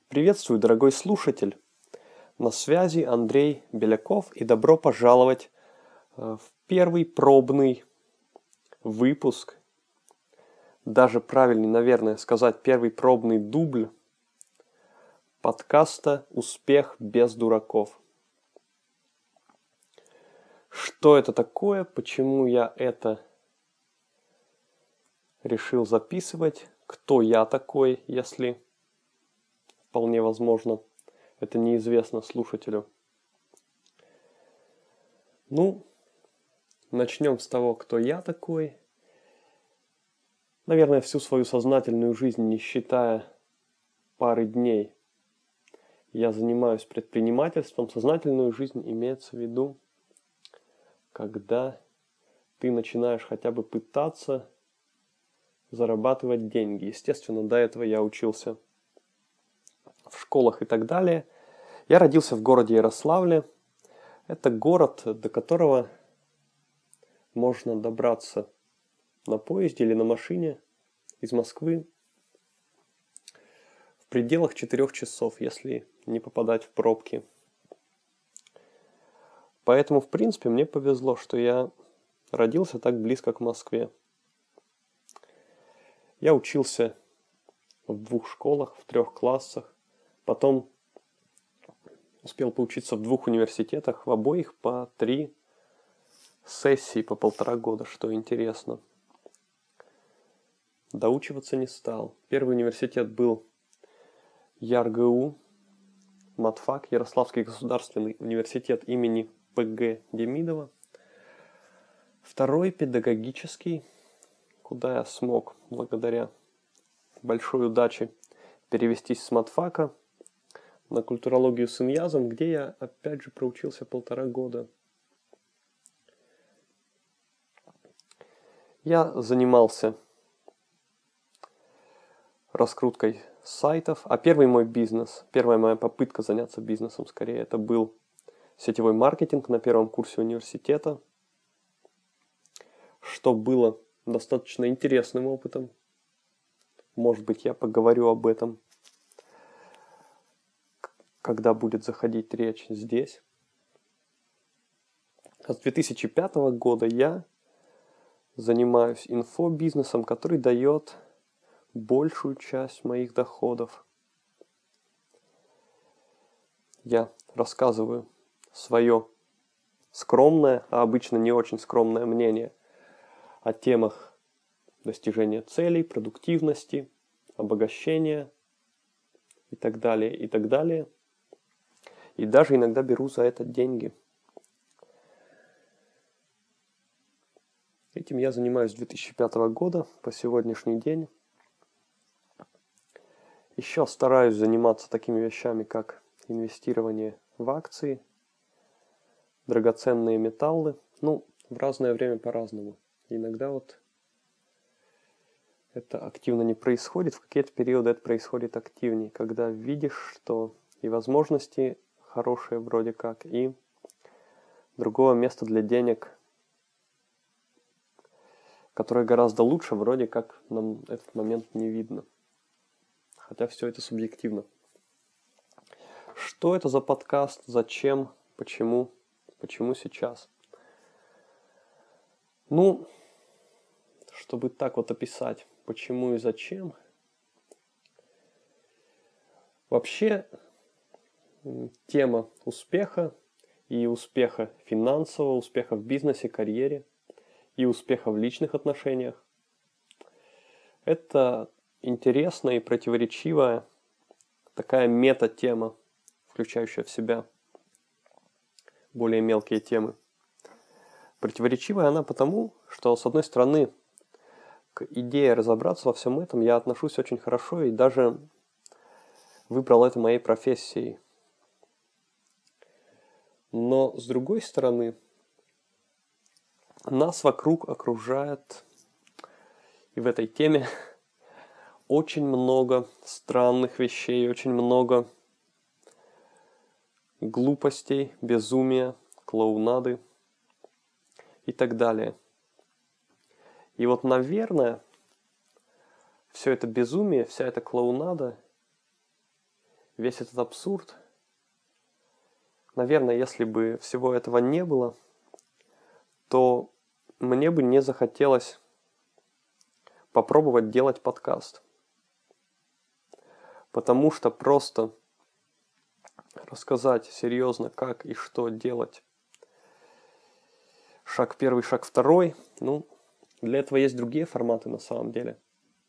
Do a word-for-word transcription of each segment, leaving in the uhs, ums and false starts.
Приветствую, дорогой слушатель! На связи Андрей Беляков, и добро пожаловать в первый пробный выпуск, даже правильнее, наверное, сказать первый пробный дубль подкаста «Успех без дураков». Что это такое, почему я это решил записывать, кто я такой, если вполне возможно это неизвестно слушателю. Ну, начнем с того, кто я такой. Наверное, всю свою сознательную жизнь, не считая пары дней, я занимаюсь предпринимательством. Сознательную жизнь имеется в виду, когда ты начинаешь хотя бы пытаться зарабатывать деньги. Естественно, до этого я учился в школах и так далее. Я родился в городе Ярославле. Это город, до которого можно добраться на поезде или на машине из Москвы в пределах четырех часов, если не попадать в пробки. Поэтому, в принципе, мне повезло, что я родился так близко к Москве. Я учился в двух школах, в трех классах. Потом успел поучиться в двух университетах, в обоих по три сессии по полтора года, что интересно. Доучиваться не стал. Первый университет был ЯРГУ, МАТФАК, Ярославский государственный университет имени П Г Демидова. Второй педагогический, куда я смог, благодаря большой удаче, перевестись с МАТФАКа на культурологию с иньязом, где я опять же проучился полтора года. Я занимался раскруткой сайтов, а первый мой бизнес, первая моя попытка заняться бизнесом скорее, это был сетевой маркетинг на первом курсе университета, что было достаточно интересным опытом. Может быть, я поговорю об этом, когда будет заходить речь здесь. А с две тысячи пятого года я занимаюсь инфобизнесом, который дает большую часть моих доходов. Я рассказываю свое скромное, а обычно не очень скромное мнение о темах достижения целей, продуктивности, обогащения и так далее, и так далее. И даже иногда беру за это деньги. Этим я занимаюсь с две тысячи пятого года по сегодняшний день. Еще стараюсь заниматься такими вещами, как инвестирование в акции, драгоценные металлы. Ну, в разное время по-разному. Иногда вот это активно не происходит, в какие-то периоды это происходит активнее, когда видишь, что и возможности хорошие вроде как, и другого места для денег, которое гораздо лучше, вроде как нам этот момент не видно. Хотя все это субъективно. Что это за подкаст? Зачем? Почему? Почему сейчас? Ну, чтобы так вот описать, почему и зачем. Вообще, тема успеха и успеха финансового, успеха в бизнесе, карьере и успеха в личных отношениях – это интересная и противоречивая такая мета-тема, включающая в себя более мелкие темы. Противоречивая она потому, что, с одной стороны, к идее разобраться во всем этом я отношусь очень хорошо и даже выбрал это моей профессией. Но, с другой стороны, нас вокруг окружает и в этой теме очень много странных вещей, очень много глупостей, безумия, клоунады и так далее. И вот, наверное, все это безумие, вся эта клоунада весь этот абсурд, наверное, если бы всего этого не было, то мне бы не захотелось попробовать делать подкаст. Потому что просто рассказать серьезно, как и что делать, шаг первый, шаг второй, ну, для этого есть другие форматы на самом деле.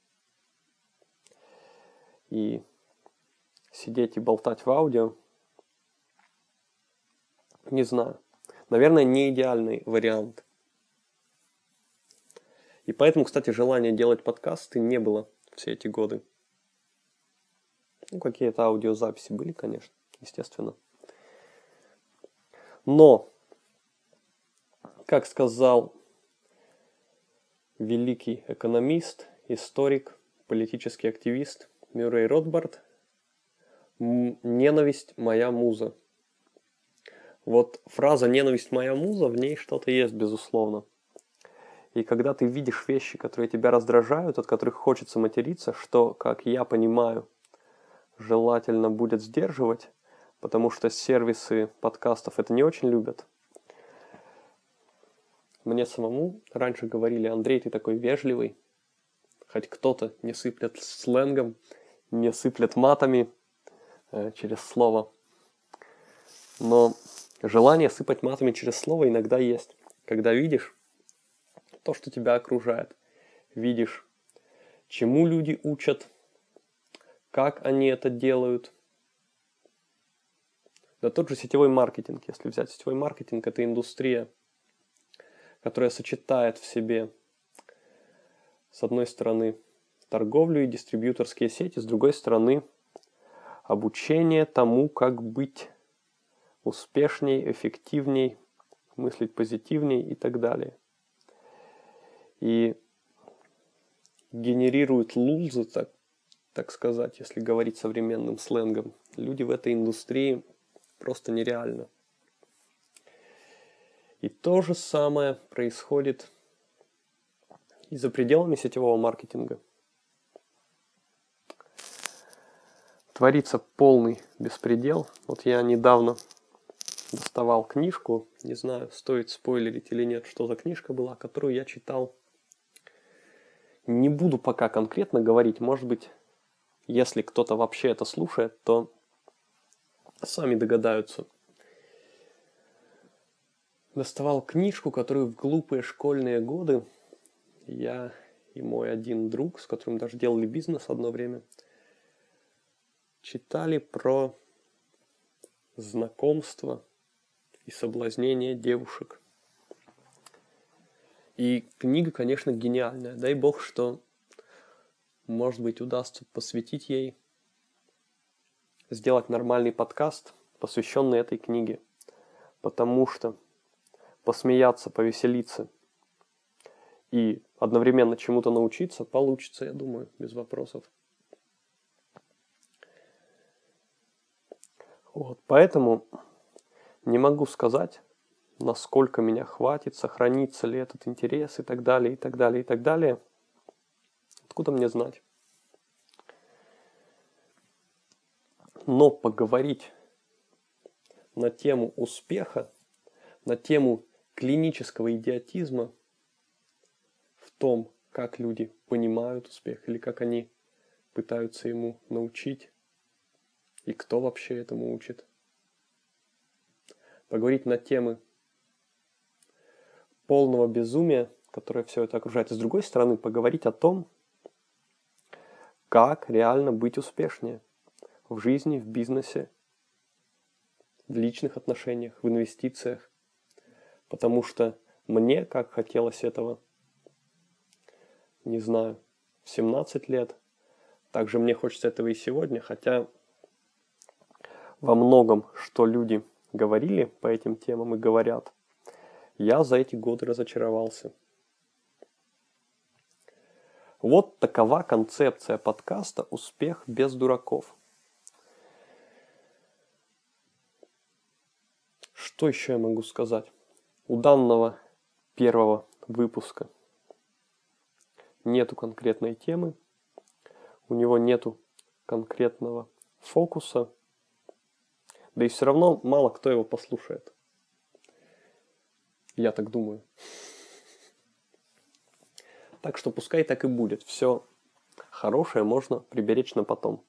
И сидеть и болтать в аудио, не знаю. Наверное, не идеальный вариант. И поэтому, кстати, желания делать подкасты не было все эти годы. Ну, какие-то аудиозаписи были, конечно, естественно. Но, как сказал великий экономист, историк, политический активист Мюррей Ротбард, ненависть моя муза. Вот фраза «ненависть моя муза», в ней что-то есть, безусловно. И когда ты видишь вещи, которые тебя раздражают, от которых хочется материться, что, как я понимаю, желательно будет сдерживать, потому что сервисы подкастов это не очень любят. Мне самому раньше говорили: Андрей, ты такой вежливый, хоть кто-то не сыплет сленгом, не сыплет матами э, через слово. Но желание сыпать матами через слово иногда есть. Когда видишь то, что тебя окружает, видишь, чему люди учат, как они это делают. Да тот же сетевой маркетинг, если взять. Сетевой маркетинг – это индустрия, которая сочетает в себе, с одной стороны, торговлю и дистрибьюторские сети, с другой стороны, обучение тому, как быть успешней, эффективней, мыслить позитивней и так далее. И генерируют лузы, так, так сказать, если говорить современным сленгом. Люди в этой индустрии просто нереально. И то же самое происходит и за пределами сетевого маркетинга. Творится полный беспредел. Вот я недавно доставал книжку, не знаю, стоит спойлерить или нет, что за книжка была, которую я читал. Не буду пока конкретно говорить, может быть, если кто-то вообще это слушает, то сами догадаются. Доставал книжку, которую в глупые школьные годы я и мой один друг, с которым даже делали бизнес одно время, читали про знакомство и соблазнение девушек. И книга, конечно, гениальная. Дай бог, что, может быть, удастся посвятить ей, сделать нормальный подкаст, посвященный этой книге. Потому что посмеяться, повеселиться и одновременно чему-то научиться получится, я думаю, без вопросов. Вот, поэтому не могу сказать, насколько меня хватит, сохранится ли этот интерес и так далее, и так далее, и так далее. Откуда мне знать? Но поговорить на тему успеха, на тему клинического идиотизма в том, как люди понимают успех или как они пытаются ему научить, и кто вообще этому учит. Поговорить на темы полного безумия, которое все это окружает. И с другой стороны, поговорить о том, как реально быть успешнее в жизни, в бизнесе, в личных отношениях, в инвестициях. Потому что мне, как хотелось этого, не знаю, в семнадцать лет, также мне хочется этого и сегодня, хотя во многом, что люди говорили по этим темам и говорят, я за эти годы разочаровался. Вот такова концепция подкаста «Успех без дураков». Что еще я могу сказать? У данного первого выпуска нету конкретной темы, у него нету конкретного фокуса. Да и все равно мало кто его послушает. Я так думаю. Так что пускай так и будет. Все хорошее можно приберечь на потом.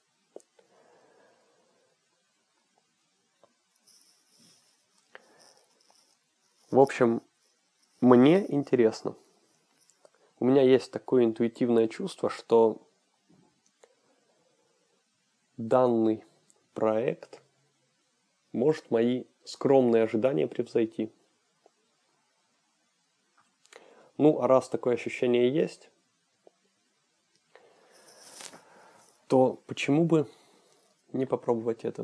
В общем, мне интересно. У меня есть такое интуитивное чувство, что данный проект может мои скромные ожидания превзойти. Ну, а раз такое ощущение есть, то почему бы не попробовать это?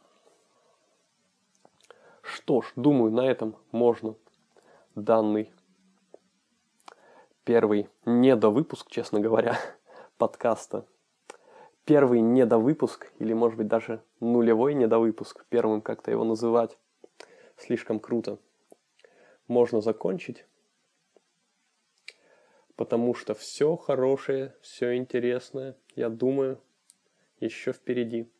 Что ж, думаю, на этом можно данный первый недовыпуск, честно говоря, подкаста. Первый недовыпуск, или может быть даже нулевой недовыпуск, первым как-то его называть слишком круто, можно закончить, потому что все хорошее, все интересное, я думаю, еще впереди.